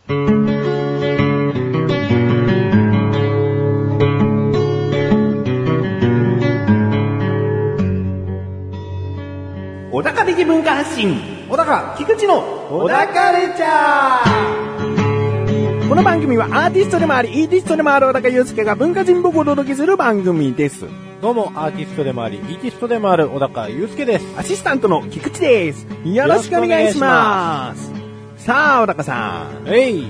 小高的文化発信、小高菊池の小高レチャー。この番組はアーティストでもありイーティストでもある小高祐介が文化人っぽくお届けする番組です。 どうもアーティストでもありイーティストでもある小高祐介です。 アシスタントの菊池です。よろしくお願いします。さあ小高さん、前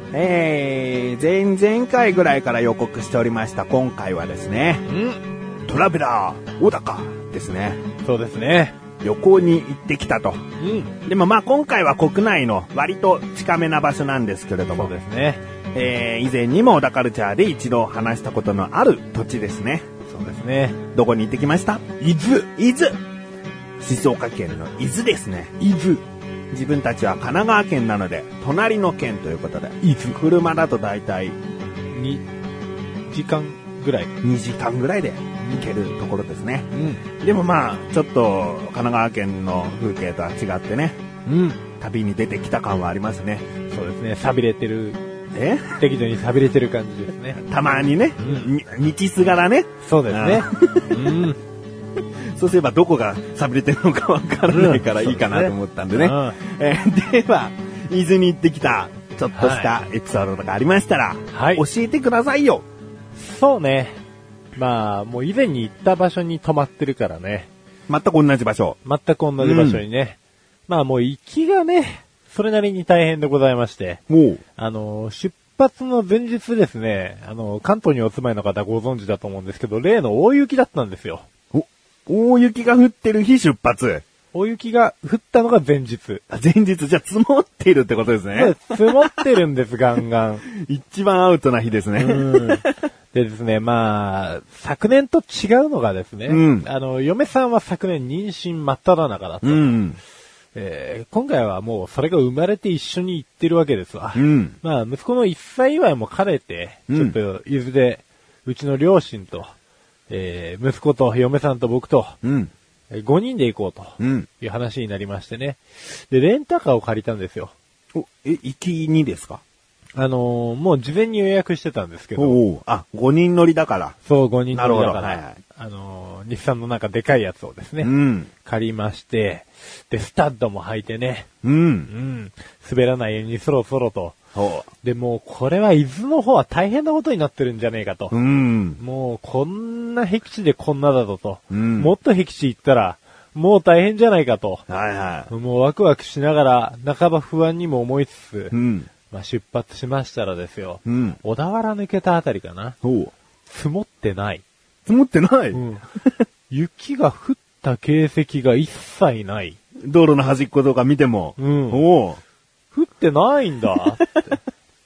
々回ぐらいから予告しておりました今回はですね、トラベラー小高ですね。 そうですね。 旅行に行ってきたと。でもまあ今回は国内の割と近めな場所なんですけれども。 そうですね。 以前にも小高カルチャーで一度話したことのある土地ですね。 そうですね。 どこに行ってきました？ 伊豆。 静岡県の伊豆ですね。 伊豆。 自分たちは神奈川県なので隣の県ということで。 伊豆。 車だとだいたい 2時間ぐらい。 2時間ぐらいで行けるところですね。でもまあちょっと神奈川県の風景とは違ってね、旅に出てきた感はありますね。 そうですね。錆びれてる。適度に錆びれてる感じですね。 たまにね、道すがらね。 そうですね。 そうすればどこが錆びれてるのかわからないからいいかなと思ったんでね。では伊豆に行ってきたちょっとしたエピソードとかありましたら、教えてくださいよ。 そうね。まあもう以前に行った場所に泊まってるからね。 全く同じ場所。 全く同じ場所にね。まあもう行きがね、それなりに大変でございまして。出発の前日ですね、関東にお住まいの方ご存知だと思うんですけど、例の大雪だったんですよ。 大雪が降ってる日出発。 大雪が降ったのが前日。 前日、じゃあ積もっているってことですね。 積もってるんです、ガンガン。 一番アウトな日ですね。 でですね、まあ、昨年と違うのがですね、嫁さんは昨年妊娠真っ只中だった。今回はもうそれが生まれて一緒に行ってるわけですわ。まあ、息子の1歳祝いも兼ねて、ちょっと伊豆で、うちの両親と、息子と嫁さんと僕と、5人で行こうという話になりましてね。で、レンタカーを借りたんですよ。 行きにですか？ もう事前に予約してたんですけど。 5人乗りだから。 そう、5人乗りだから。 はいはい、 日産のなんかでかいやつをですね、借りまして、で、スタッドも履いてね、滑らないようにそろそろと。で、もうこれは伊豆の方は大変なことになってるんじゃねえかと。もうこんな僻地でこんなだと。もっと僻地行ったら、もう大変じゃないかと。もうワクワクしながら、半ば不安にも思いつつ、まあ、出発しましたらですよ、小田原抜けたあたりかな。積もってない。 積もってない、 雪が降った形跡が一切ない。 道路の端っことか見ても。 降ってないんだって。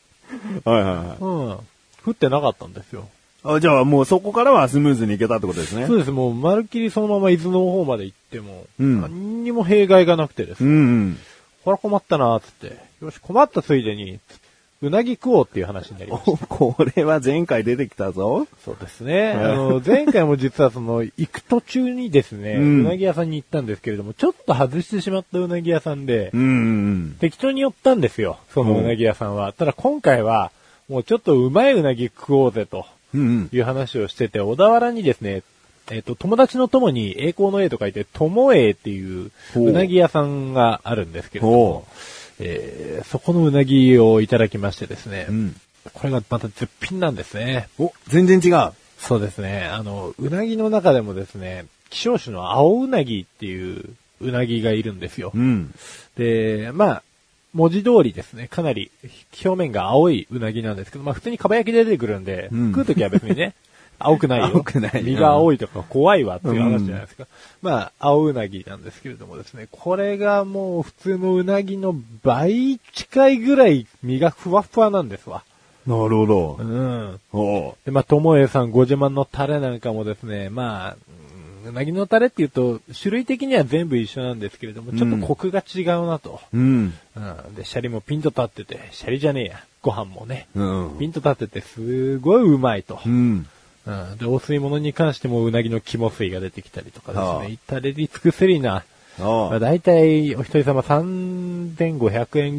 降ってなかったんですよ。 じゃあもうそこからはスムーズに行けたってことですね。 そうです。もうまるっきりそのまま伊豆の方まで行っても、何にも弊害がなくてですね。これ困ったなーつって。よし、困ったついでに、うなぎ食おうっていう話になりました。 これは前回出てきたぞ。 そうですね。前回も実は行く途中にですね、うなぎ屋さんに行ったんですけれども、ちょっと外してしまったうなぎ屋さんで、適当に寄ったんですよ、そのうなぎ屋さんは。ただ今回は、もうちょっとうまいうなぎ食おうぜと、いう話をしてて、小田原にですね、友達の友に栄光の栄と書いて、友栄っていううなぎ屋さんがあるんですけれども、そこのうなぎをいただきましてですね、これがまた絶品なんですね。 全然違う。 そうですね。うなぎの中でもですね、希少種の青うなぎっていううなぎがいるんですよ。で、まあ、文字通りですね、かなり表面が青いうなぎなんですけど、まあ普通にかば焼きで出てくるんで、食うときは別にね、青くないよ。 青くない。 身が青いとか怖いわっていう話じゃないですか。まあ、青うなぎなんですけれどもですね、これがもう普通のうなぎの倍近いぐらい身がふわふわなんですわ。 なるほど。 で、まあ、ともえさんご自慢のタレなんかもですね、まあ、うなぎのタレっていうと、種類的には全部一緒なんですけれども、ちょっとコクが違うなと。で、シャリもピンと立ってて、シャリじゃねえや、ご飯もね、ピンと立ってて、すごいうまいと。で、お吸い物に関してもうなぎの肝水が出てきたりとかですね、至れり尽くせりな、まあ、大体お一人様3500円ぐらい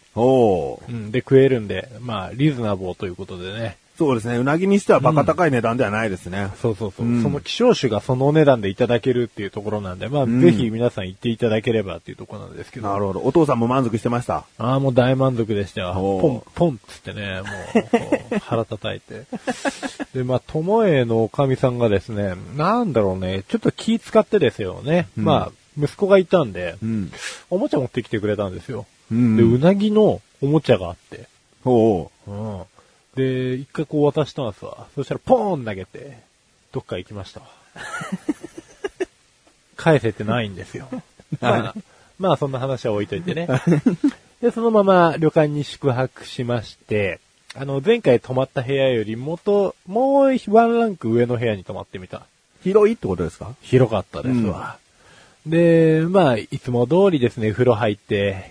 で、食えるんで、まあ、リーズナブルということでね。 そうですね。うなぎにしてはバカ高い値段ではないですね。 そう。その希少種がそのお値段でいただけるっていうところなんで、まあ、ぜひ皆さん行っていただければっていうところなんですけど。 なるほど。お父さんも満足してました？ ああ、もう大満足でしたよ。ポンっつってね、もう、腹叩いて。で、まあ、ともえのおかみさんがですね、なんだろうね、ちょっと気使ってですよね。まあ、息子がいたんで、おもちゃ持ってきてくれたんですよ。で、うなぎのおもちゃがあって。で、一回こう渡したんですわ。そしたらポーン投げて、どっか行きましたわ。返せてないんですよ。まあそんな話は置いといてね。で、そのまま旅館に宿泊しまして、前回泊まった部屋よりもうワンランク上の部屋に泊まってみた。 広いってことですか？ 広かったですわ。で、まあ、いつも通りですね、風呂入って、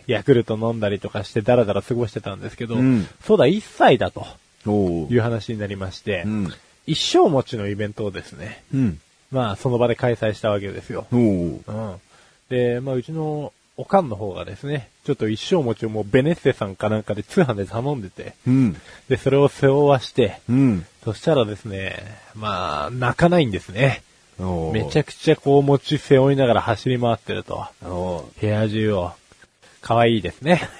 ヤクルト飲んだりとかしてダラダラ過ごしてたんですけど、そうだ、1歳だと。いう話になりまして、一生餅のイベントをですね、まあその場で開催したわけですよ。で、まあうちのおかんの方がですね、ちょっと一生餅をもうベネッセさんかなんかで通販で頼んでて、で、それを背負わして、そしたらですね、まあ泣かないんですね。めちゃくちゃこう餅背負いながら走り回ってると。部屋中を。可愛いですね。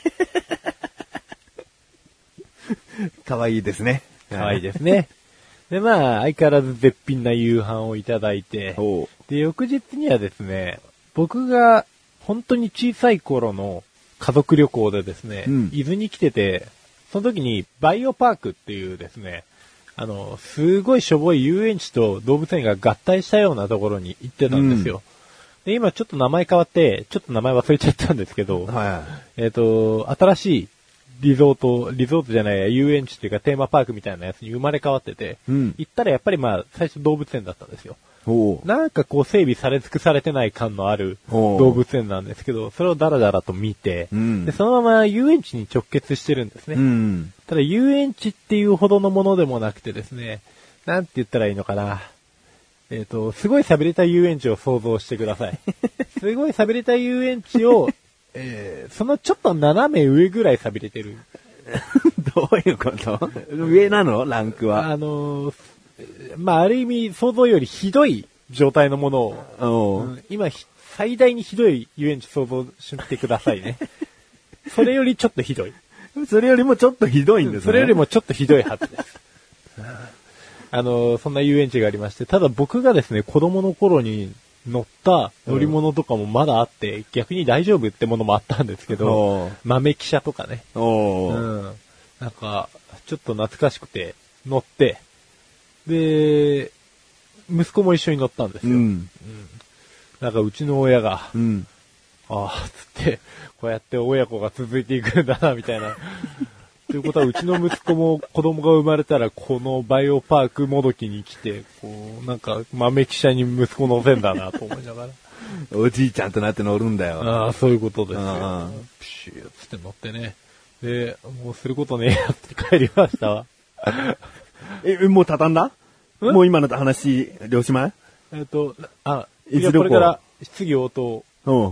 可愛いですね。 可愛いですね。で、まあ、相変わらず絶品な夕飯をいただいて、で、翌日にはですね、僕が本当に小さい頃の家族旅行でですね、伊豆に来てて、その時にバイオパークっていうですね、すごいしょぼい遊園地と動物園が合体したようなところに行ってたんですよ。で、今ちょっと名前変わって、ちょっと名前忘れちゃったんですけど、新しいリゾートじゃないや、遊園地っていうかテーマパークみたいなやつに生まれ変わってて、行ったらやっぱりまあ、最初動物園だったんですよ。なんかこう整備され尽くされてない感のある動物園なんですけど、それをダラダラと見て、で、そのまま遊園地に直結してるんですね。ただ遊園地っていうほどのものでもなくてですね、なんて言ったらいいのかな。すごい寂れた遊園地を想像してください。すごい寂れた遊園地を、そのちょっと斜め上ぐらい寂れてる。 どういうこと？上なの？ランクは。 まあ、ある意味想像よりひどい状態のものを、今最大にひどい遊園地想像してくださいね。それよりちょっとひどい。 それよりもちょっとひどいんですね。 それよりもちょっとひどいはずです。そんな遊園地がありまして、ただ僕がですね、子供の頃に乗った乗り物とかもまだあって、逆に大丈夫ってものもあったんですけど、豆汽車とかね。なんか、ちょっと懐かしくて、乗って、で、息子も一緒に乗ったんですよ。なんかうちの親が、つって、こうやって親子が続いていくんだな、みたいな。ということは、うちの息子も子供が生まれたら、このバイオパークもどきに来て、こう、なんか豆汽車に息子乗せんだな、と思いながら。 おじいちゃんとなって乗るんだよ。 ああ、そういうことですよ。プシューつって乗ってね。で、もうすることねえやって帰りましたわ。 もう畳んだ？もう今の話、両姉妹？ いや、これから質疑応答。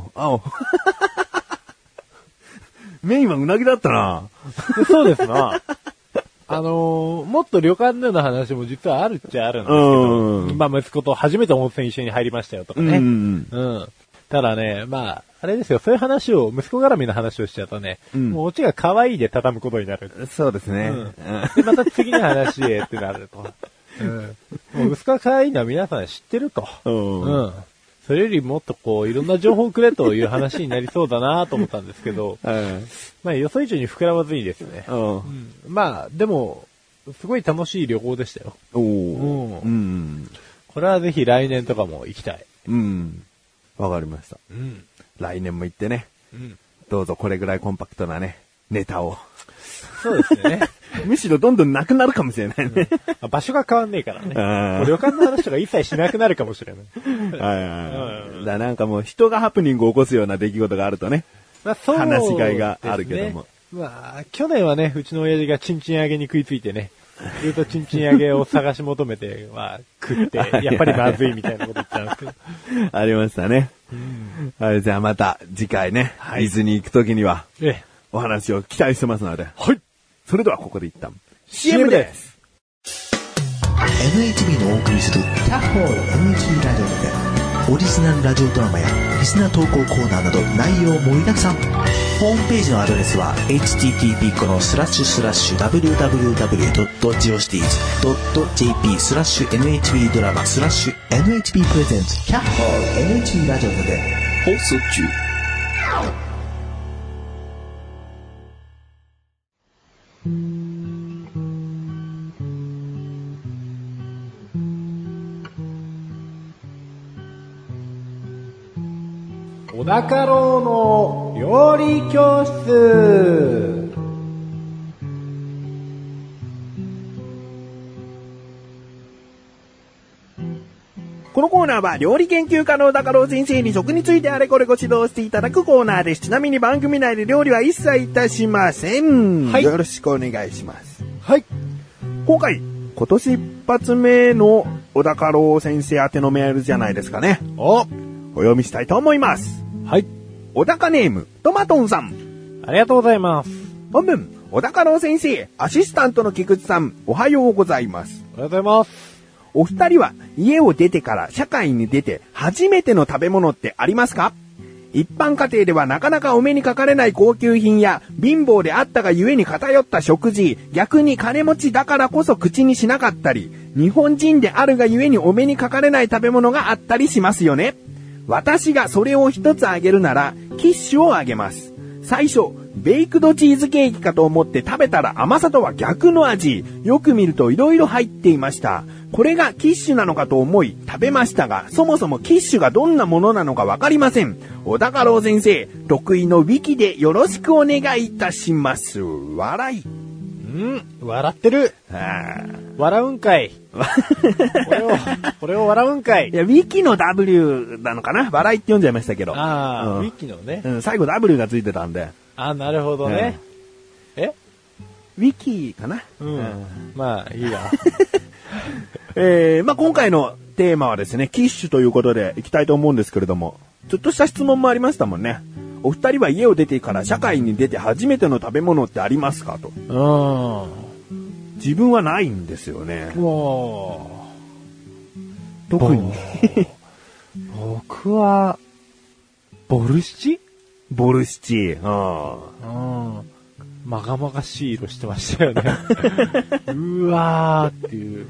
メインはうなぎだったな。 そうですな。もっと旅館での話も実はあるっちゃあるんですけど、まあ息子と初めて温泉一緒に入りましたよとかね。ただね、まあ、あれですよ、そういう話を、息子絡みの話をしちゃうとね、もうオチが可愛いで畳むことになる。 そうですね。 で、また次の話へってなると。もう息子が可愛いのは皆さん知ってると。それよりもっとこう、いろんな情報をくれという話になりそうだなと思ったんですけど、まあ予想以上に膨らまずにですね。まあ、でも、すごい楽しい旅行でしたよ。これはぜひ来年とかも行きたい。 わかりました。来年も行ってね。どうぞこれぐらいコンパクトなね、ネタを。 そうですね。 むしろどんどんなくなるかもしれないね。 場所が変わんねえからね。旅館の話とか一切しなくなるかもしれない。 なんかもう人がハプニングを起こすような出来事があるとね。まあそうですね。話しがいがあるけども。 まあ、去年はね、うちの親父がチンチン揚げに食いついてね、ずっとチンチン揚げを探し求めて、まあ、食って、やっぱりまずいみたいなこと言ったんですけど。 ありましたね。はい、じゃあまた次回ね、伊豆に行くときには、 お話を期待してますので。 はい。 それではここで一旦 CM です。 NHB のお送りするキャッホール NHB ラジオでオリジナルラジオドラマやリスナー投稿コーナーなど内容盛りだくさん。ホームページのアドレスは http://www.geocities.jp/NHB ドラマ/NHB プレゼンツキャッホール NHB ラジオで放送中。 小高郎の料理教室。 このコーナーは料理研究家の小高郎先生に食についてあれこれご指導していただくコーナーです。ちなみに番組内で料理は一切いたしません。はい。よろしくお願いします。 はい。 今回、今年一発目の小高郎先生宛てのメールじゃないですかね。お読みしたいと思います。 はい。 小高ネーム、トマトンさん。 ありがとうございます。 本文、小高郎先生、アシスタントの菊池さん、おはようございます。 おはようございます。 お二人は家を出てから社会に出て初めての食べ物ってありますか？一般家庭ではなかなかお目にかかれない高級品や貧乏であったがゆえに偏った食事、逆に金持ちだからこそ口にしなかったり、日本人であるがゆえにお目にかかれない食べ物があったりしますよね。私がそれを一つあげるなら、キッシュをあげます。最初、ベイクドチーズケーキかと思って食べたら甘さとは逆の味。よく見ると色々入っていました。これがキッシュなのかと思い食べましたが、そもそもキッシュがどんなものなのかわかりません。小高郎先生、得意のウィキでよろしくお願いいたします。笑い。 笑ってる。笑うんかい。これを笑うんかい。 いや、ウィキの W なのかな？笑いって読んじゃいましたけど。 ウィキのね。 最後 W がついてたんで。 なるほどね。 ウィキかな？ まあ、いいや。 まあ、今回のテーマはですね、キッシュということでいきたいと思うんですけれども、ちょっとした質問もありましたもんね。お二人は家を出てから社会に出て初めての食べ物ってありますかと。自分はないんですよね。特に。 僕は、ボルシチ。まがまがしい色してましたよね。うわーっていう。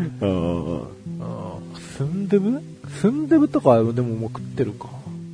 スンドゥブとかでももう食ってるか。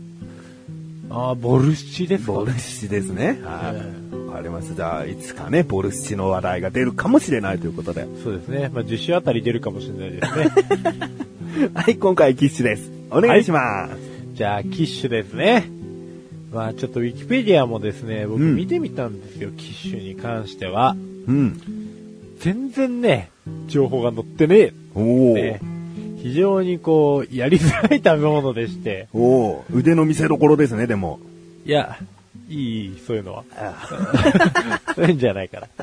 ボルシチですか、 ボルシチですね。わかります。じゃあ、いつかね、ボルシチの話題が出るかもしれないということで。 そうですね。まあ、10週あたり出るかもしれないですね。 はい、今回キッシュです。お願いします。 じゃあ、キッシュですね。まあ、ちょっとウィキペディアもですね、僕見てみたんですよ、キッシュに関しては。全然ね、情報が載ってねえ。非常にこう、やりづらい食べ物でして。 腕の見せ所ですね、でも。 いや、いい、そういうのは。そういうんじゃないから。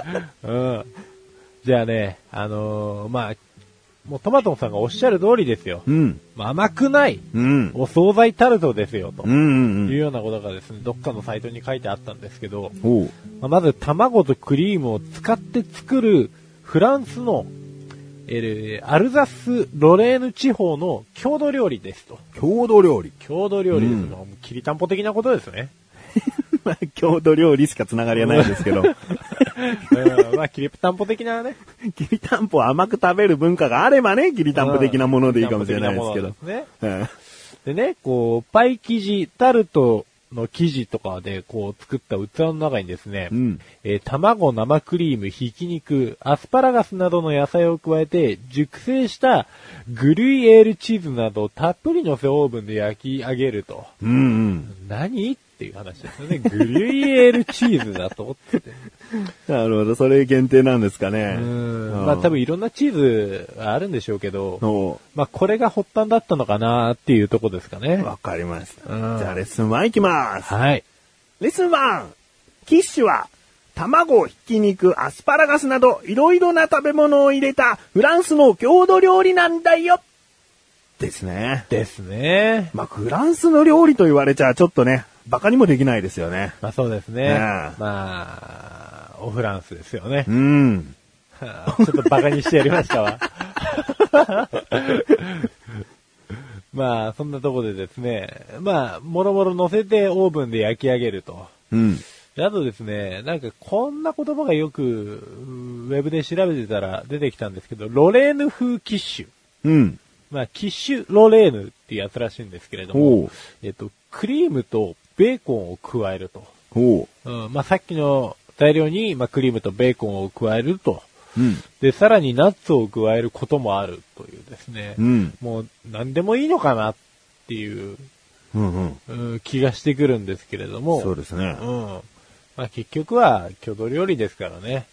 じゃあね、まあ、もうトマトンさんがおっしゃる通りですよ。まあ、甘くない、お惣菜タルトですよ、というようなことがですね、どっかのサイトに書いてあったんですけど、まず卵とクリームを使って作るフランスのアルザス・ロレーヌ地方の郷土料理ですと。 郷土料理です。 きりたんぽ的なことですね。 まあ、郷土料理しかつながりはないですけど。 まあ、きりたんぽ的なね。 きりたんぽ甘く食べる文化があればね、きりたんぽ的なものでいいかもしれないですけど。 でね、こう、パイ生地、タルトの生地とかでこう作った器の中にですね、卵、生クリーム、ひき肉、アスパラガスなどの野菜を加えて熟成したグルイエールチーズなどをたっぷり乗せオーブンで焼き上げると。何っていう話ですよね。グルイエールチーズだとって。 なるほど、それ限定なんですかね。 まあ多分いろんなチーズあるんでしょうけど、まあこれが発端だったのかなっていうとこですかね。 わかりました。じゃあレッスン1いきます。 はい。 レッスン1。キッシュは卵、ひき肉、アスパラガスなどいろいろな食べ物を入れたフランスの郷土料理なんだよ。ですね。 ですね。 まあフランスの料理と言われちゃちょっとね、 バカにもできないですよね。 まあそうですね。まあ、オフランスですよね。 うん。 ちょっとバカにしてやりましたわ。まあ、そんなとこでですね、まあ、もろもろ乗せてオーブンで焼き上げると。 うん。 あとですね、なんかこんな言葉がよく、ウェブで調べてたら出てきたんですけど、ロレーヌ風キッシュ。 うん。 まあ、キッシュロレーヌっていうやつらしいんですけれども、クリームとベーコンを加えると。まあ、さっきの材料に、まあ、クリームとベーコンを加えると。 うん、 で、さらにナッツを加えることもあるというですね。 うん、 もう何でもいいのかなっていう、気がしてくるんですけれども。 そうですね。 まあ結局は郷土料理ですからね。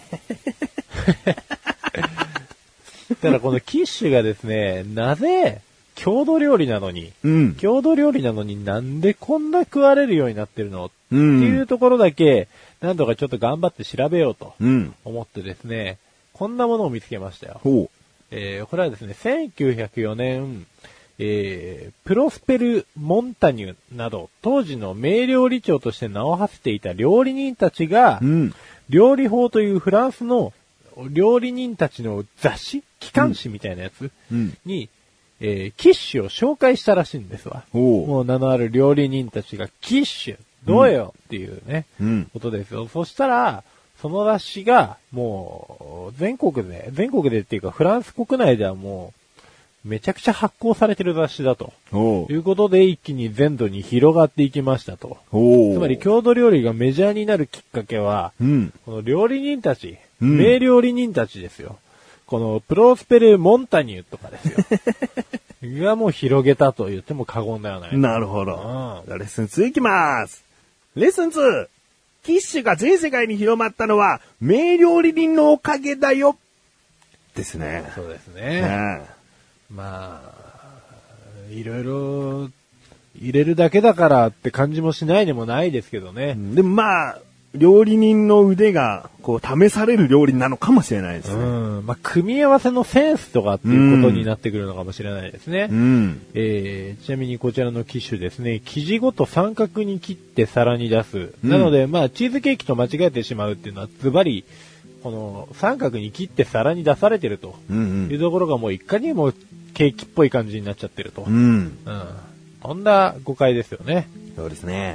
ただこのキッシュがですね、なぜ郷土料理なのに、郷土料理なのになんでこんな食われるようになってるのっていうところだけ、何度かちょっと頑張って調べようと思ってですね、こんなものを見つけましたよ。これはですね、1904年、プロスペル・モンタニュなど、当時の名料理長として名を馳せていた料理人たちが、料理法というフランスの料理人たちの雑誌機関誌みたいなやつに、キッシュを紹介したらしいんですわ。もう名のある料理人たちがキッシュどうよっていうね、ことですよ。そしたら、その雑誌がもう全国でっていうかフランス国内ではもうめちゃくちゃ発行されてる雑誌だということで一気に全土に広がっていきましたと。つまり郷土料理がメジャーになるきっかけは、この料理人たち、名料理人たちですよ。このプロスペル・モンタニュとかですよ。がもう広げたと言っても過言ではない。 なるほど。レッスン2いきます。レッスン 2! キッシュが全世界に広まったのは名料理人のおかげだよですね。 そうですね。まあ、いろいろ入れるだけだからって感じもしないでもないですけどね。 でもまあ、料理人の腕がこう試される料理なのかもしれないですね。 まあ、組み合わせのセンスとかっていうことになってくるのかもしれないですね。ちなみにこちらのキッシュですね、生地ごと三角に切って皿に出す。なので、まあ、チーズケーキと間違えてしまうっていうのはズバリ、この三角に切って皿に出されてるというところがもういかにもケーキっぽい感じになっちゃってると。こんな誤解ですよね。 そうですね。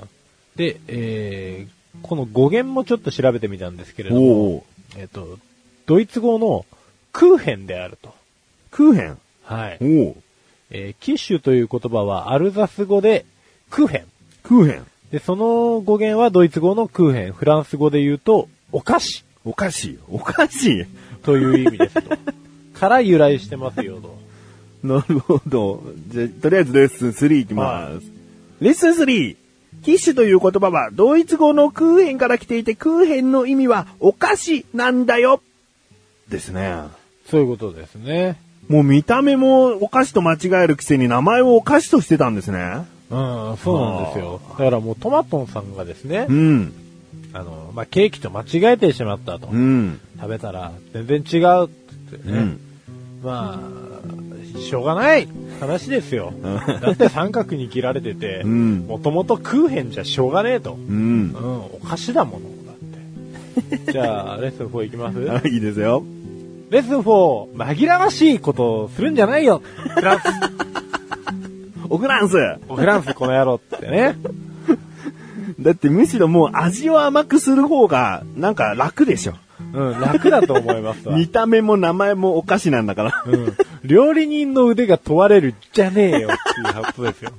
で、この語源もちょっと調べてみたんですけれども、ドイツ語のクーヘンであると。 クーヘン？ はい。キッシュという言葉はアルザス語でクーヘン。 クーヘン。 で、その語源はドイツ語のクーヘン。フランス語で言うと、お菓子。 お菓子。お菓子という意味ですと。から由来してますよと。 なるほど。じゃあ、とりあえずレッスン3いきます。レッスン 3! キッシュという言葉はドイツ語のクーヘンから来ていて、クーヘンの意味はお菓子なんだよですね。 そういうことですね。 もう見た目もお菓子と間違えるくせに名前をお菓子としてたんですね。 そうなんですよ。だからもうトマトンさんがですね、まあ、ケーキと間違えてしまったと。食べたら全然違うってね。まあ、しょうがない話ですよ。だって三角に切られてて、もともとクーヘンじゃしょうがねえと。お菓子だものだって。じゃあ、レッスン4いきますいいですよ。 レッスン4、紛らわしいことをするんじゃないよ。フランス。 フランス。 フランスこの野郎ってね。 だってむしろもう味を甘くする方がなんか楽でしょ。 楽だと思いますわ。 見た目も名前もお菓子なんだから。 料理人の腕が問われるじゃねえよっていう発想ですよ。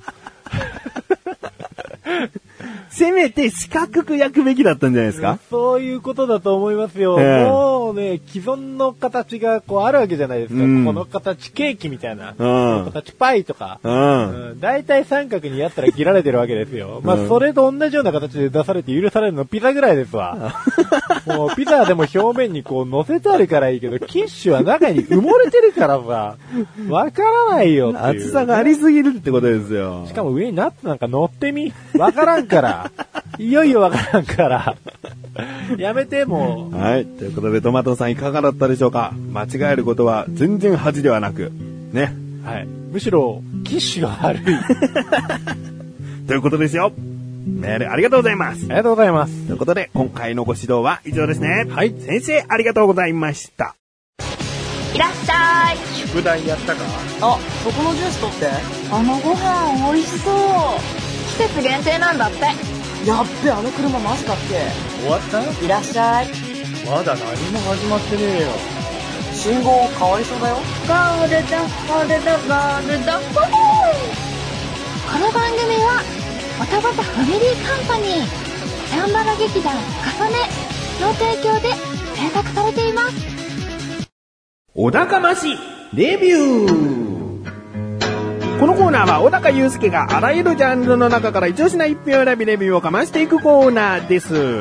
せめて四角く焼くべきだったんじゃないですか？ そういうことだと思いますよ。もうね、既存の形がこうあるわけじゃないですか。この形ケーキみたいな。この形パイとか。大体三角にやったら切られてるわけですよ。まあ、それと同じような形で出されて許されるのピザぐらいですわ。もうピザでも表面にこう乗せてあるからいいけど、キッシュは中に埋もれてるからさ、わからないよっていう、 厚さがありすぎるってことですよ。 しかも上にナッツなんか乗ってみ。わからんから。いよいよわからんから。やめてもう。 はい。ということでトマトさんいかがだったでしょうか？間違えることは全然恥ではなく。ね。 はい。むしろ、キッシュが悪い。 ということですよ。メールありがとうございます。 ありがとうございます。 ということで、今回のご指導は以上ですね。 はい。 先生、ありがとうございました。 いらっしゃい。 宿題やったか？ あ、そこのジュース取って。あのご飯美味しそう。季節限定なんだって。やっべ、あの車マジかっけ。 終わった？ いらっしゃい。 まだ何も始まってねえよ。 信号変わりそうだよ。ゴールド、ゴールド、ゴールド、ゴー。この番組はオタバタファミリーカンパニーチャンバラ劇団かさねの提供で制作されています。 小高ましレビュー。このコーナーは小高祐介があらゆるジャンルの中から一押しな一品を選びレビューをかましていくコーナーです。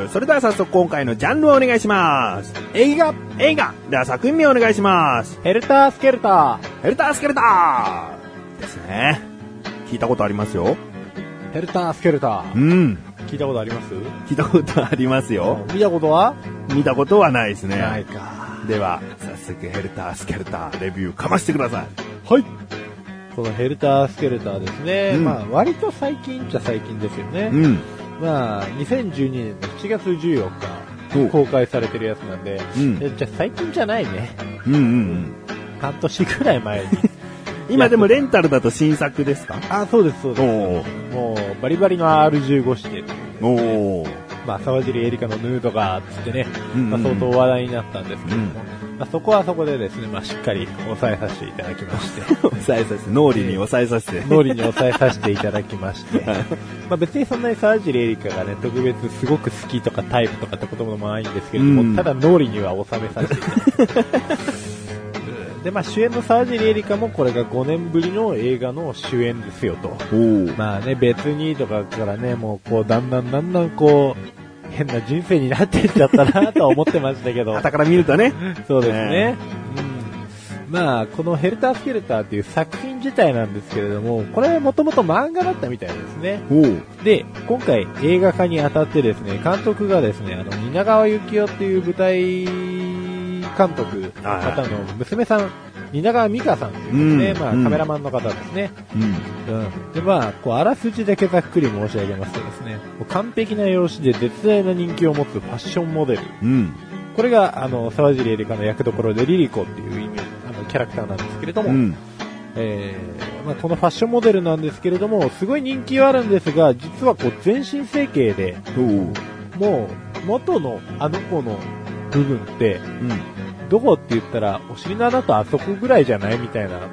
それでは早速今回のジャンルをお願いします。映画。では作品名をお願いします。 ヘルタースケルターですね。聞いたことありますよ。 ヘルタースケルター。 うん。 聞いたことあります？ 聞いたことありますよ。 見たことは？ 見たことはないですね。 ないか。 では早速ヘルタースケルターレビューかましてください。 はい。このヘルタースケルターですね。まあ割と最近っちゃ最近ですよね。まあ2012年の7月14日公開されてるやつなんで、じゃあ最近じゃないね。半年ぐらい前に。 今でもレンタルだと新作ですか？ あ、そうですそうです。もうバリバリの R15 指定。まあ、沢尻エリカのヌードがつってね、まあ、相当話題になったんですけども、まあ、そこはそこでですね、まあ、しっかり抑えさせていただきまして。 脳裏に抑えさせて。 脳裏に抑えさせていただきまして。まあ、別にそんなに沢尻エリカがね、特別すごく好きとかタイプとかってこともないんですけれども、ただ脳裏には収めさせていただきました。で、まあ、主演の沢尻エリカもこれが5年ぶりの映画の主演ですよと。まあね、別にとかからね、もうこう、だんだんこう、変な人生になっていっちゃったなとは思ってましたけど。 傍から見るとね。 そうですね。まあ、このヘルタースケルターっていう作品自体なんですけれども、これはもともと漫画だったみたいですね。で、今回映画化にあたってですね、監督がですね、蜷川幸雄っていう舞台監督方の娘さん、蜷川美香さんっていうですね、まあカメラマンの方ですね。で、まあ、こう、あらすじだけざっくり申し上げますとですね、完璧な容姿で絶大な人気を持つファッションモデル。これが、沢尻エリカの役どころでリリコっていう意味、キャラクターなんですけれども、まあ、このファッションモデルなんですけれども、すごい人気はあるんですが、実はこう、全身整形で、もう、元のあの子の部分って、どこって言ったら、お尻の穴とあそこぐらいじゃないみたいな。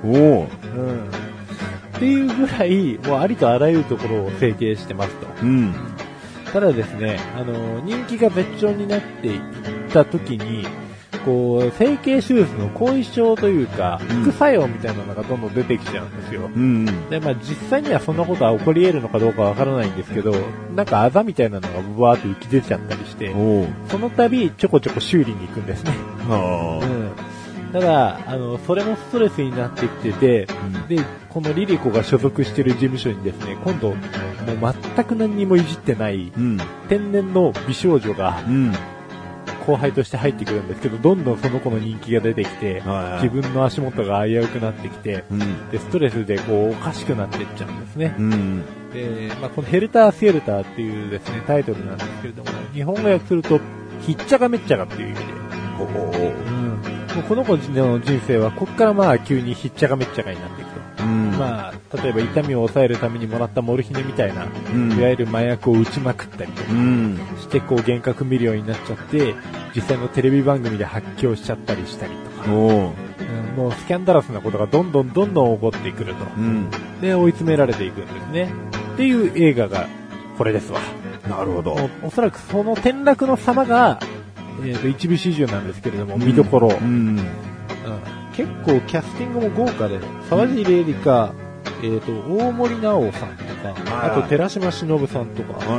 っていうぐらい、もうありとあらゆるところを整形してますと。ただですね、人気が絶頂になっていった時に、こう、整形手術の後遺症というか、副作用みたいなのがどんどん出てきちゃうんですよ。で、まあ実際にはそんなことは起こり得るのかどうかわからないんですけど、なんかあざみたいなのがブワーって浮き出ちゃったりして、その度ちょこちょこ修理に行くんですね。ただ、それもストレスになってきてて、で、このリリコが所属している事務所にですね、今度、もう全く何にもいじってない、天然の美少女が、後輩として入ってくるんですけど、どんどんその子の人気が出てきて、自分の足元が危うくなってきて、で、ストレスでこう、おかしくなっていっちゃうんですね。で、まあ、このヘルタースケルターっていうですね、タイトルなんですけれども、日本語訳すると、ひっちゃかめっちゃかっていう意味で、もうこの子の人生は、こっからまあ、急にひっちゃかめっちゃかになっていくと。まあ、例えば痛みを抑えるためにもらったモルヒネみたいな、いわゆる麻薬を打ちまくったりとか、して、こう、幻覚見るようになっちゃって、実際のテレビ番組で発狂しちゃったりしたりとか、もうスキャンダラスなことがどんどん起こってくると。で、追い詰められていくんですね。っていう映画が、これですわ。 なるほど。 おそらくその転落の様が、一部始終なんですけれども、見どころ。結構キャスティングも豪華で、沢尻エリカ、大森直さんとか、あと寺島しのぶさんとか、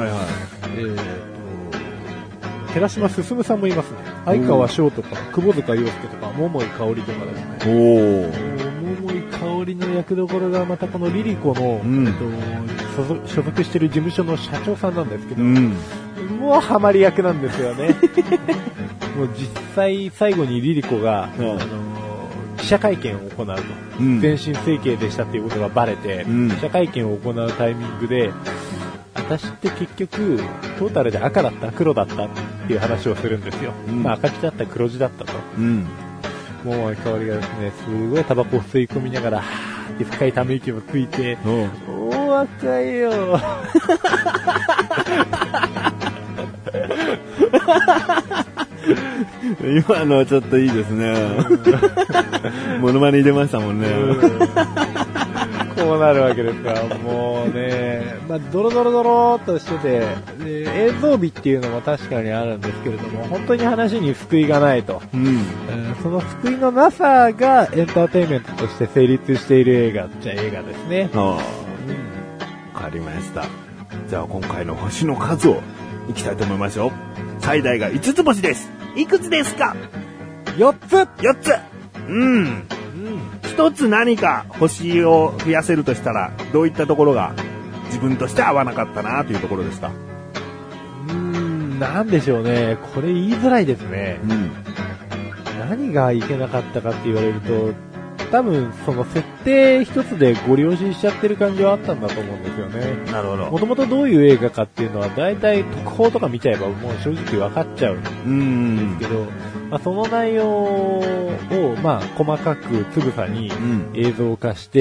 寺島進さんもいますね。相川翔とか、窪塚洋介とか、桃井かおりとかですね。桃井かおりの役どころがまたこのリリコの、所属している事務所の社長さんなんですけど、もうハマり役なんですよね。もう実際最後にリリコが、記者会見を行うと、全身整形でしたっていうことがバレて、記者会見を行うタイミングで、 私って結局、トータルで赤だった黒だったっていう話をするんですよ。まあ赤字だった黒字だったと。もう香りがですね、すごいタバコを吸い込みながら、はーって深いため息をついて、お赤いよ。 今のちょっといいですね。モノマネ入れましたもんね。 こうなるわけですから、もうね、まあ、ドロドロドローっとしてて、映像美っていうのも確かにあるんですけれども、本当に話に救いがないと。その救いのなさがエンターテインメントとして成立している映画っちゃ映画ですね。 わかりました。じゃあ今回の星の数をいきたいと思いますよ。最大が5つ星です。いくつですか ？4つ。 4つ。一つ何か星を増やせるとしたら、どういったところが自分として合わなかったなというところですか？ なんでしょうね。これ言いづらいですね。何がいけなかったかって言われると、多分その設定一つでご利用しちゃってる感じはあったんだと思うんですよね。 なるほど。 もともとどういう映画かっていうのは大体特報とか見ちゃえばもう正直分かっちゃうんですけど、まあ、その内容をまあ細かくつぶさに映像化して、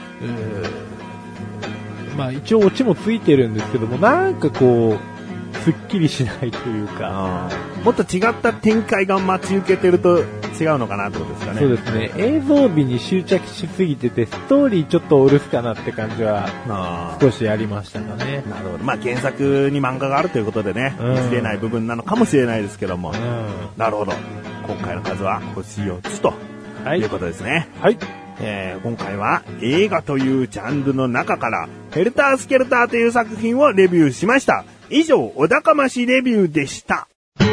まあ一応オチもついてるんですけども、なんかこうすっきりしないというか、 もっと違った展開が待ち受けてると違うのかなってことですかね。 そうですね。映像美に執着しすぎてて、ストーリーちょっとお留守かなって感じは少しありましたかね。 なるほど。まあ原作に漫画があるということでね、見切れない部分なのかもしれないですけども、なるほど。今回の数は星4つということですね。 はい。 今回は映画というジャンルの中からヘルタースケルターという作品をレビューしました。以上、お高ましレビューでした。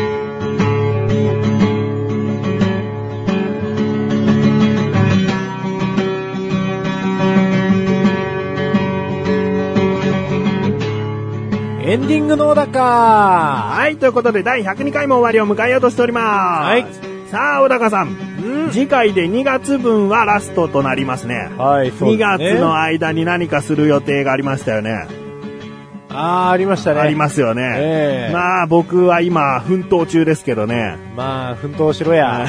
エンディングの小高。 はい、ということで第102回も終わりを迎えようとしております。はい。さあ、小高さん。次回で2月分はラストとなりますね。 はい、そうですね。 2月の間に何かする予定がありましたよね。 ありましたね。 ありますよね。まあ僕は今奮闘中ですけどね。 まあ奮闘しろや。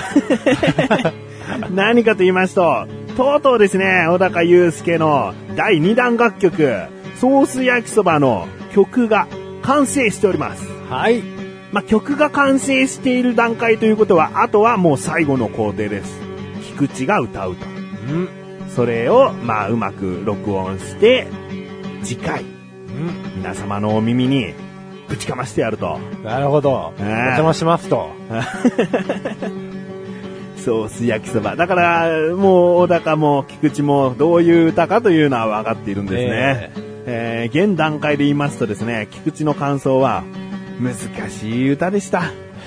何かと言いますと、とうとうですね、小高祐介の第2弾楽曲、ソース焼きそばの曲が完成しております。 はい。 まあ曲が完成している段階ということは、あとはもう最後の工程です。菊池が歌うと。それをまあうまく録音して、次回。皆様のお耳にぶちかましてやると。 なるほど。お邪魔しますと。 ソース焼きそば。だから、もう小高も菊池もどういう歌かというのは分かっているんですね。現段階で言いますとですね、菊池の感想は、難しい歌でした。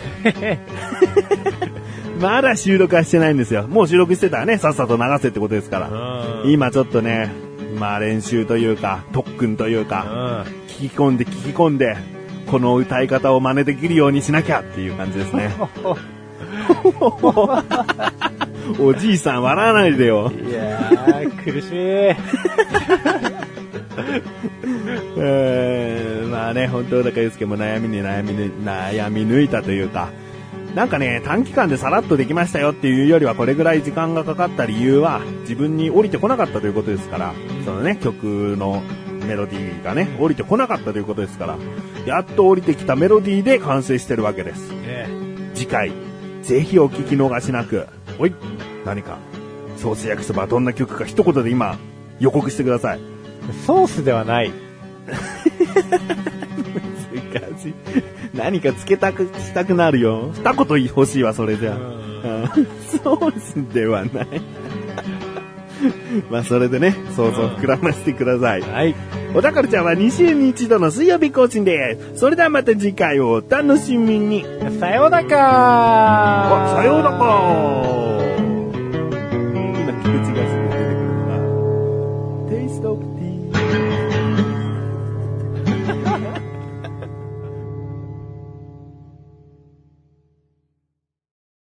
まだ収録はしてないんですよ。もう収録してたらね、さっさと流せってことですから。今ちょっとね、まあ練習というか特訓というか、聞き込んでこの歌い方を真似できるようにしなきゃっていう感じですね。おじいさん笑わないでよ。 いやー苦しい。まあね、本当小高祐介も悩み抜いたというか、なんかね、短期間でさらっとできましたよっていうよりは、これぐらい時間がかかった理由は自分に降りてこなかったということですから、そのね、曲のメロディーがね、降りてこなかったということですから、やっと降りてきたメロディーで完成してるわけです。次回、ぜひお聞き逃しなく、何か、ソース焼きそばどんな曲か一言で今、予告してください。 ソースではない。 難しい。何かつけたくしたくなるよ。二言欲しいわ、それじゃあ。ソースではない。まあ、それでね、想像膨らませてください。 はい。 おたかるちゃんは2週に1度の水曜日更新です。それではまた次回をお楽しみに。 さようなら。